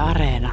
Areena.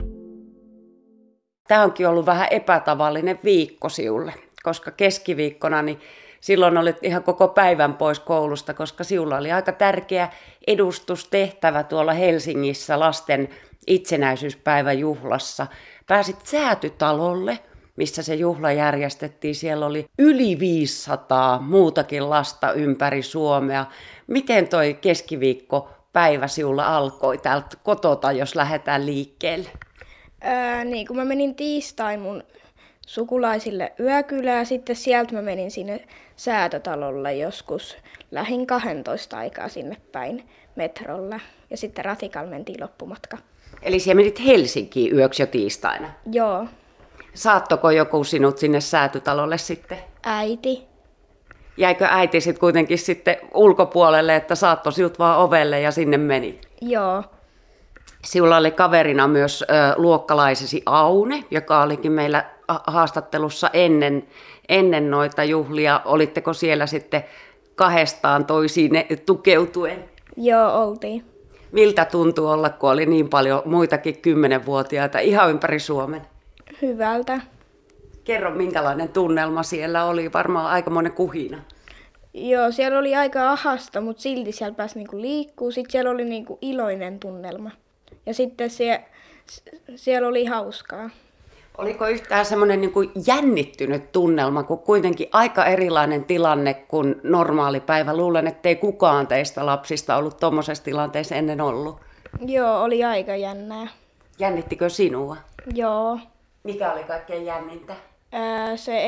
Tämä onkin ollut vähän epätavallinen viikko sinulle, koska keskiviikkona niin silloin olit ihan koko päivän pois koulusta, koska sinulla oli aika tärkeä edustustehtävä tuolla Helsingissä lasten itsenäisyyspäivän juhlassa. Pääsit Säätytalolle, missä se juhla järjestettiin. Siellä oli yli 500 muutakin lasta ympäri Suomea. Miten toi keskiviikkopäivä sinulla alkoi täältä kotota, jos lähdetään liikkeelle? Niin, kun mä menin tiistain mun sukulaisille yökylään, sitten sieltä mä menin sinne Säätötalolle joskus. Lähin 12 aikaa sinne päin metrolla ja sitten ratikalla mentiin loppumatka. Eli siellä menit Helsinkiin yöksi jo tiistaina? Joo. Saattoko joku sinut sinne Säätytalolle sitten? Äiti. Jäikö äiti sitten kuitenkin sitten ulkopuolelle, että saattoi sinut vaan ovelle ja sinne menit? Joo. Sinulla oli kaverina myös luokkalaisesi Aune, joka olikin meillä haastattelussa ennen noita juhlia. Olitteko siellä sitten kahdestaan toisiin tukeutuen? Joo, oltiin. Miltä tuntui olla, kun oli niin paljon muitakin 10-vuotiaita ihan ympäri Suomen? Hyvältä. Kerro, minkälainen tunnelma siellä oli. Varmaan aikamoinen kuhina. Joo, siellä oli aika ahasta, mutta silti siellä pääsi liikkuu. Sitten siellä oli iloinen tunnelma. Ja sitten siellä oli hauskaa. Oliko yhtään semmoinen jännittynyt tunnelma, kun kuitenkin aika erilainen tilanne kuin normaali päivä? Luulen, ettei kukaan teistä lapsista ollut tuommoisessa tilanteessa ennen ollut. Joo, oli aika jännää. Jännittikö sinua? Joo. Mikä oli kaikkein jännintä? Se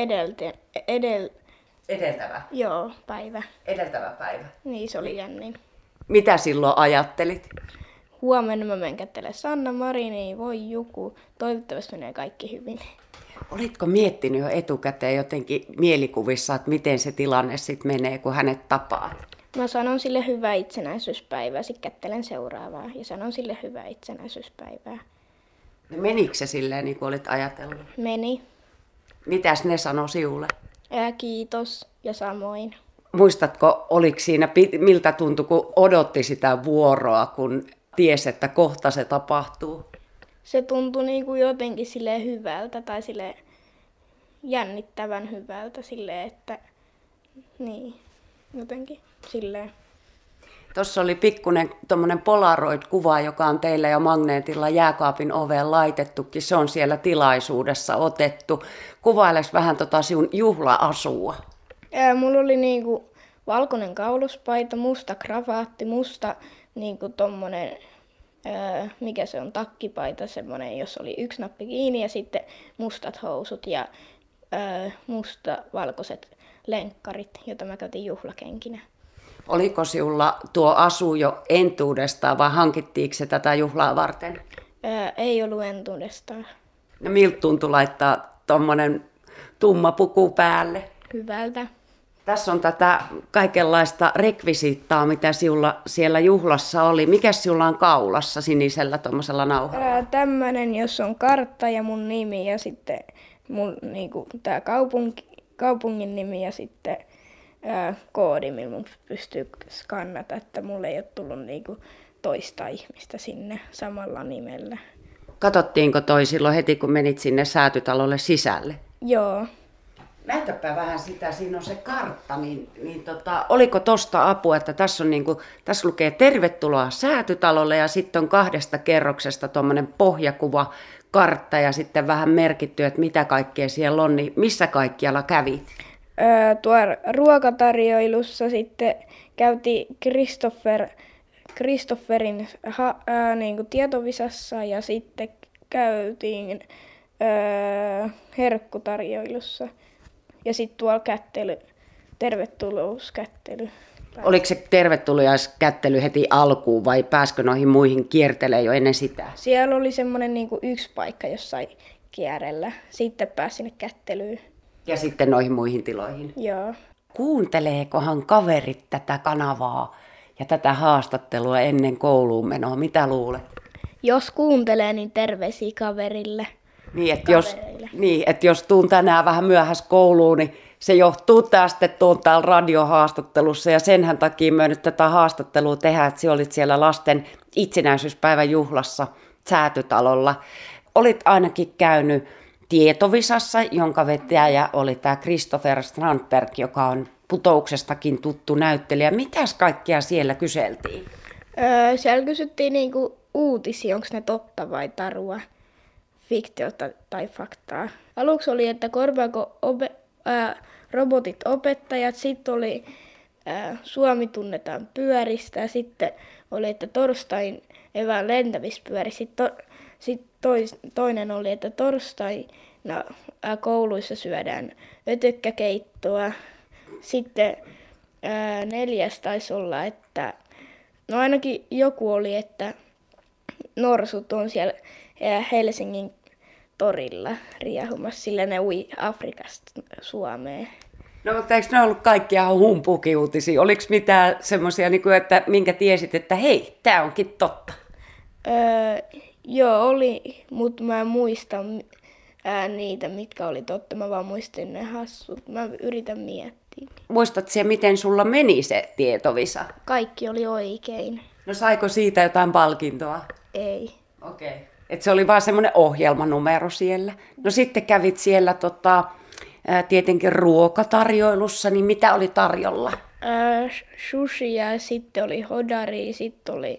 Edeltävä? Joo, päivä. Edeltävä päivä? Niin, se oli jännin. Mitä silloin ajattelit? Huomenna mä menen kättelemään Sanna Mariniin, voi joku. Toivottavasti menee kaikki hyvin. Olitko miettinyt jo etukäteen jotenkin mielikuvissa, että miten se tilanne sitten menee, kun hänet tapaat? Mä sanon sille hyvää itsenäisyyspäivää, sitten kättelen seuraavaa ja sanon sille hyvää itsenäisyyspäivää. No menikö se silleen, niin kuin olit ajatellut? Meni. Mitäs ne sanoi sinulle? Kiitos ja samoin. Muistatko, oliko siinä, miltä tuntui, kun odotti sitä vuoroa, kun tiesi, että kohta se tapahtuu? Se tuntui jotenkin silleen hyvältä tai silleen jännittävän hyvältä silleen, että niin, jotenkin silleen. Tuossa oli pikkuinen tuommoinen Polaroid-kuva, joka on teillä jo magneetilla jääkaapin oveen laitettukin. Se on siellä tilaisuudessa otettu. Kuvailes vähän sinun juhla-asua. Mulla oli valkoinen kauluspaita, musta kravaatti, musta tommonen, mikä se on, takkipaita, semmoinen, jossa oli yksi nappi kiinni ja sitten mustat housut ja musta-valkoiset lenkkarit, joita mä käytin juhlakenkinä. Oliko sinulla tuo asu jo entuudestaan vai hankittiinko se tätä juhlaa varten? Ei ollut entuudestaan. No miltä tuntui laittaa tuommoinen tumma puku päälle? Hyvältä. Tässä on tätä kaikenlaista rekvisiittaa, mitä sinulla siellä juhlassa oli. Mikäs sinulla on kaulassa sinisellä tuommoisella nauhalla? Tämmöinen, jossa on kartta ja mun nimi ja sitten mun tää kaupungin nimi ja sitten koodi, millä mun pystyy skannata, että mulle ei ole tullut toista ihmistä sinne samalla nimellä. Katsottiinko toi silloin heti, kun menit sinne Säätytalolle sisälle? Joo. Näytäpä vähän sitä, siinä on se kartta, oliko tosta apua, että tässä lukee tervetuloa Säätytalolle ja sitten on 2 kerroksesta tuommoinen pohjakuva, kartta ja sitten vähän merkitty, että mitä kaikkea siellä on, niin missä kaikkialla kävit? Tuolla ruokatarjoilussa sitten käytiin Kristofferin tietovisassa ja sitten käytiin herkkutarjoilussa ja sitten tuolla tervetulouskättely. Oliko se tervetulojaiskättely heti alkuun vai pääskö noihin muihin kiertelemään jo ennen sitä? Siellä oli semmoinen yksi paikka, jossa sai kierrellä. Sitten pääsi sinne kättelyyn. Ja sitten noihin muihin tiloihin? Joo. Kuunteleekohan kaverit tätä kanavaa ja tätä haastattelua ennen kouluun menoa? Mitä luulet? Jos kuuntelee, niin terveisiä kaverille. Että jos tuun tänään vähän myöhässä kouluun, niin se johtuu tästä, että tuon täällä radiohaastattelussa. Ja senhän takia me nyt tätä haastattelua tehdään, että sinä olit siellä lasten itsenäisyyspäivän juhlassa Säätytalolla. Olit ainakin käynyt tietovisassa, jonka vetäjä oli tämä Christopher Strandberg, joka on Putouksestakin tuttu näyttelijä. Mitäs kaikkea siellä kyseltiin? Siellä kysyttiin niinku uutisia, onko ne totta vai tarua, fiktiota tai faktaa. Aluksi oli, että korvaako robotit opettajat, sitten oli Suomi tunnetaan pyöristä ja sitten oli, että torstain evään lentämispyöri. Sitten toinen oli, että torstaina kouluissa syödään ötökkäkeittoa. Sitten neljäs taisi olla, että no ainakin joku oli, että norsut on siellä Helsingin torilla riehumassa, sillä ne ui Afrikasta Suomeen. No mutta eikö ne ollut kaikki ihan humpukiuutisia? Oliko mitään semmoisia, että minkä tiesit, että hei, tämä onkin totta? Joo, oli, mutta mä en muista niitä, mitkä oli totta. Mä vaan muistin ne hassut. Mä yritän miettiä. Muistatko se, miten sulla meni se tietovisa? Kaikki oli oikein. No saiko siitä jotain palkintoa? Ei. Okei. Okay. Että se oli vaan semmoinen ohjelmanumero siellä. No sitten kävit siellä tietenkin ruokatarjoilussa, niin mitä oli tarjolla? Sushi ja sitten oli hodari, sitten oli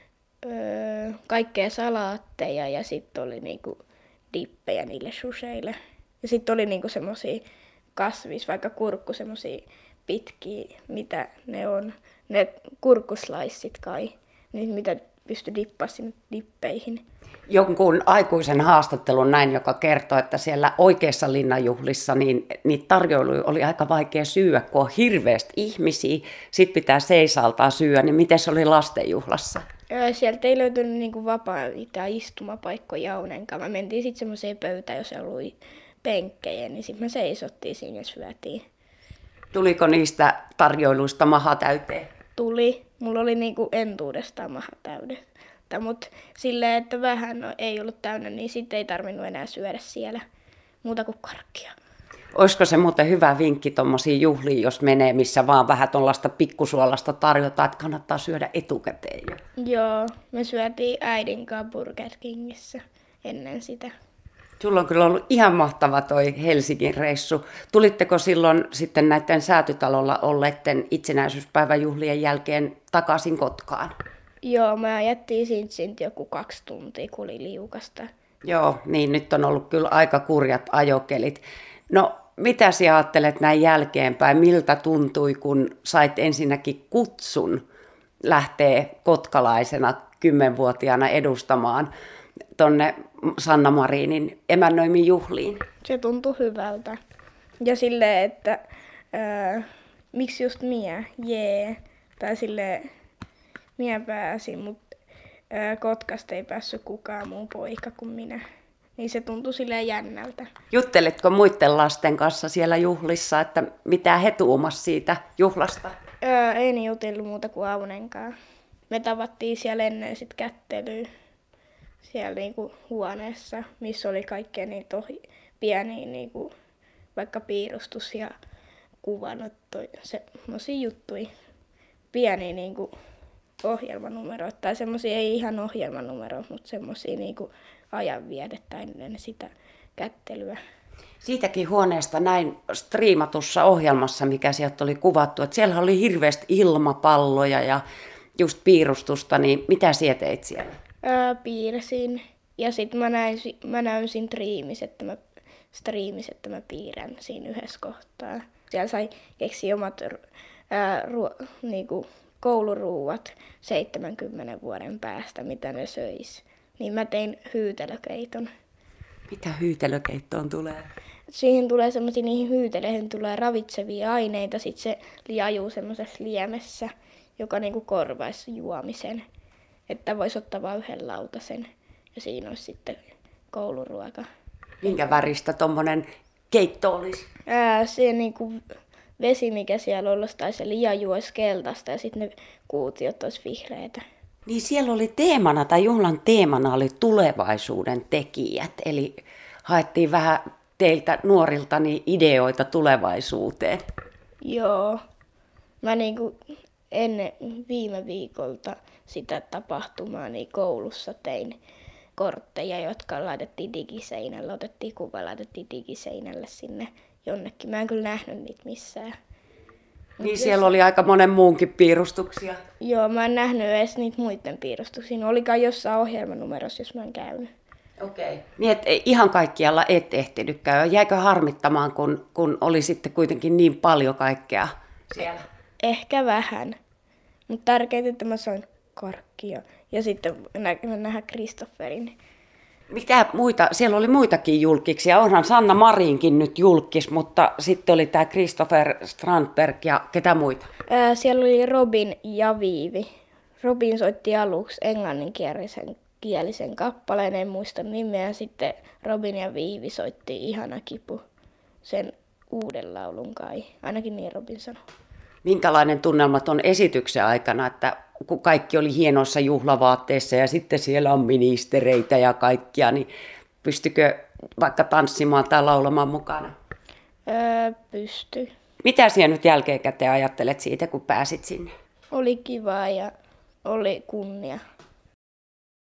kaikkea salaatteja ja sitten oli niinku dippejä niille susheille. Ja sitten oli niinku semmosia vaikka kurkku, semmosia pitkiä, mitä ne on, ne kurkkuslaissit kai, niin mitä pystyi dippaa sinne dippeihin. Jonkun aikuisen haastattelun näin, joka kertoo, että siellä oikeassa linnanjuhlissa niin niitä tarjoiluja oli aika vaikea syödä, kun on hirveästi ihmisiä, sit pitää seisaltaa syödä, niin miten se oli lastenjuhlassa? Sieltä ei löytynyt niinku vapaita istumapaikkoja ollenkaan. Me mentiin sitten semmoiseen pöytään, jossa oli penkkejä, niin sitten me seisottiin siinä ja syötiin. Tuliko niistä tarjoiluista maha täyteen? Tuli. Mulla oli niinku entuudestaan maha täydettä, mutta silleen, että vähän ei ollut täynnä, niin sitten ei tarvinnut enää syödä siellä muuta kuin karkkia. Olisiko se muuten hyvä vinkki tuommoisiin juhliin, jos menee, missä vaan vähän tuollaista pikkusuolasta tarjotaan, että kannattaa syödä etukäteen jo? Joo, me syötiin äidin kanssa Burger Kingissä ennen sitä. Sulla on kyllä ollut ihan mahtava toi Helsingin reissu. Tulitteko silloin sitten näiden Säätytalolla olleiden itsenäisyyspäiväjuhlien jälkeen takaisin Kotkaan? Joo, mä jättiin siitä joku 2 tuntia, kun oli liukasta. Joo, niin nyt on ollut kyllä aika kurjat ajokelit. No, mitä sinä ajattelet näin jälkeenpäin? Miltä tuntui, kun sait ensinnäkin kutsun lähteä kotkalaisena 10-vuotiaana edustamaan tonne Sanna Marinin emännöimiin juhliin? Se tuntui hyvältä. Ja silleen, että miksi just minä? Jee. Tai silleen, minä pääsin, mutta Kotkasta ei päässyt kukaan muu poika kuin minä. Niin se tuntui silleen jännältä. Jutteletko muiden lasten kanssa siellä juhlissa, että mitä he tuumas siitä juhlasta? En jutellut muuta kuin Aunenkaan. Me tavattiin siellä ennen sit kättelyä siellä niinku huoneessa, missä oli kaikkea niitä pieniä niinku, vaikka piirustus ja kuvanotto, semmosia juttuja. Pieniä niinku ohjelmanumeroita, tai semmosia ei ihan ohjelmanumeroita, mutta semmosia niinku ajanviedettä ennen sitä kättelyä. Siitäkin huoneesta näin striimatussa ohjelmassa, mikä sieltä oli kuvattu, että siellä oli hirveästi ilmapalloja ja just piirustusta, niin mitä sinä teit siellä? Piirsin ja sitten mä näyn siinä striimissä, että mä piirrän siinä yhdessä kohtaa. Siellä sai keksiä omat niinku kouluruuat 70 vuoden päästä, mitä ne söis. Niin mä tein hyytelökeiton. Mitä hyytelökeittoon tulee? Siihen tulee semmoisia, niihin hyyteleihin tulee ravitsevia aineita, sit se liajuu semmoisessa liemessä, joka niinku korvaisi juomisen. Että voisi ottaa vain yhden lautasen ja siinä olisi sitten kouluruoka. Minkä väristä tommonen keitto olisi? Se niinku vesi, mikä siellä olisi, tai se liaju olisi keltaista ja sitten ne kuutiot olisi vihreitä. Niin siellä oli teemana, tai juhlan teemana oli tulevaisuuden tekijät, eli haettiin vähän teiltä nuoriltani ideoita tulevaisuuteen. Joo. Mä niinku ennen viime viikolta sitä tapahtumaa niin koulussa tein kortteja, jotka laitettiin digiseinälle. Otettiin kuva ja laitettiin digiseinälle sinne jonnekin. Mä en kyllä nähnyt niitä missään. Niin siellä oli aika monen muunkin piirustuksia. Joo, mä en nähnyt edes niitä muiden piirustuksia. Ne olikaan jossain ohjelmanumerossa, jos mä en käynyt. Okei. Niin, että ihan kaikkialla et ehtinyt käydä. Jäikö harmittamaan, kun oli sitten kuitenkin niin paljon kaikkea siellä? Ehkä vähän. Mutta tärkeintä, että mä sain karkkia. Ja sitten nähdä Kristofferin. Mitä muita? Siellä oli muitakin julkiksia. Onhan Sanna Marinkin nyt julkis, mutta sitten oli tämä Christopher Strandberg ja ketä muita? Siellä oli Robin ja Viivi. Robin soitti aluksi englanninkielisen kappaleen, en muista nimeä. Sitten Robin ja Viivi soitti Ihana kipu sen uuden laulun kai. Ainakin niin Robin sanoi. Minkälainen tunnelma on esityksen aikana, että kun kaikki oli hienoissa juhlavaatteissa ja sitten siellä on ministereitä ja kaikkia, niin pystykö vaikka tanssimaan tai laulamaan mukana? Pystyi. Mitä sinä nyt jälkeenkäteen ajattelet siitä, kun pääsit sinne? Oli kivaa ja oli kunnia.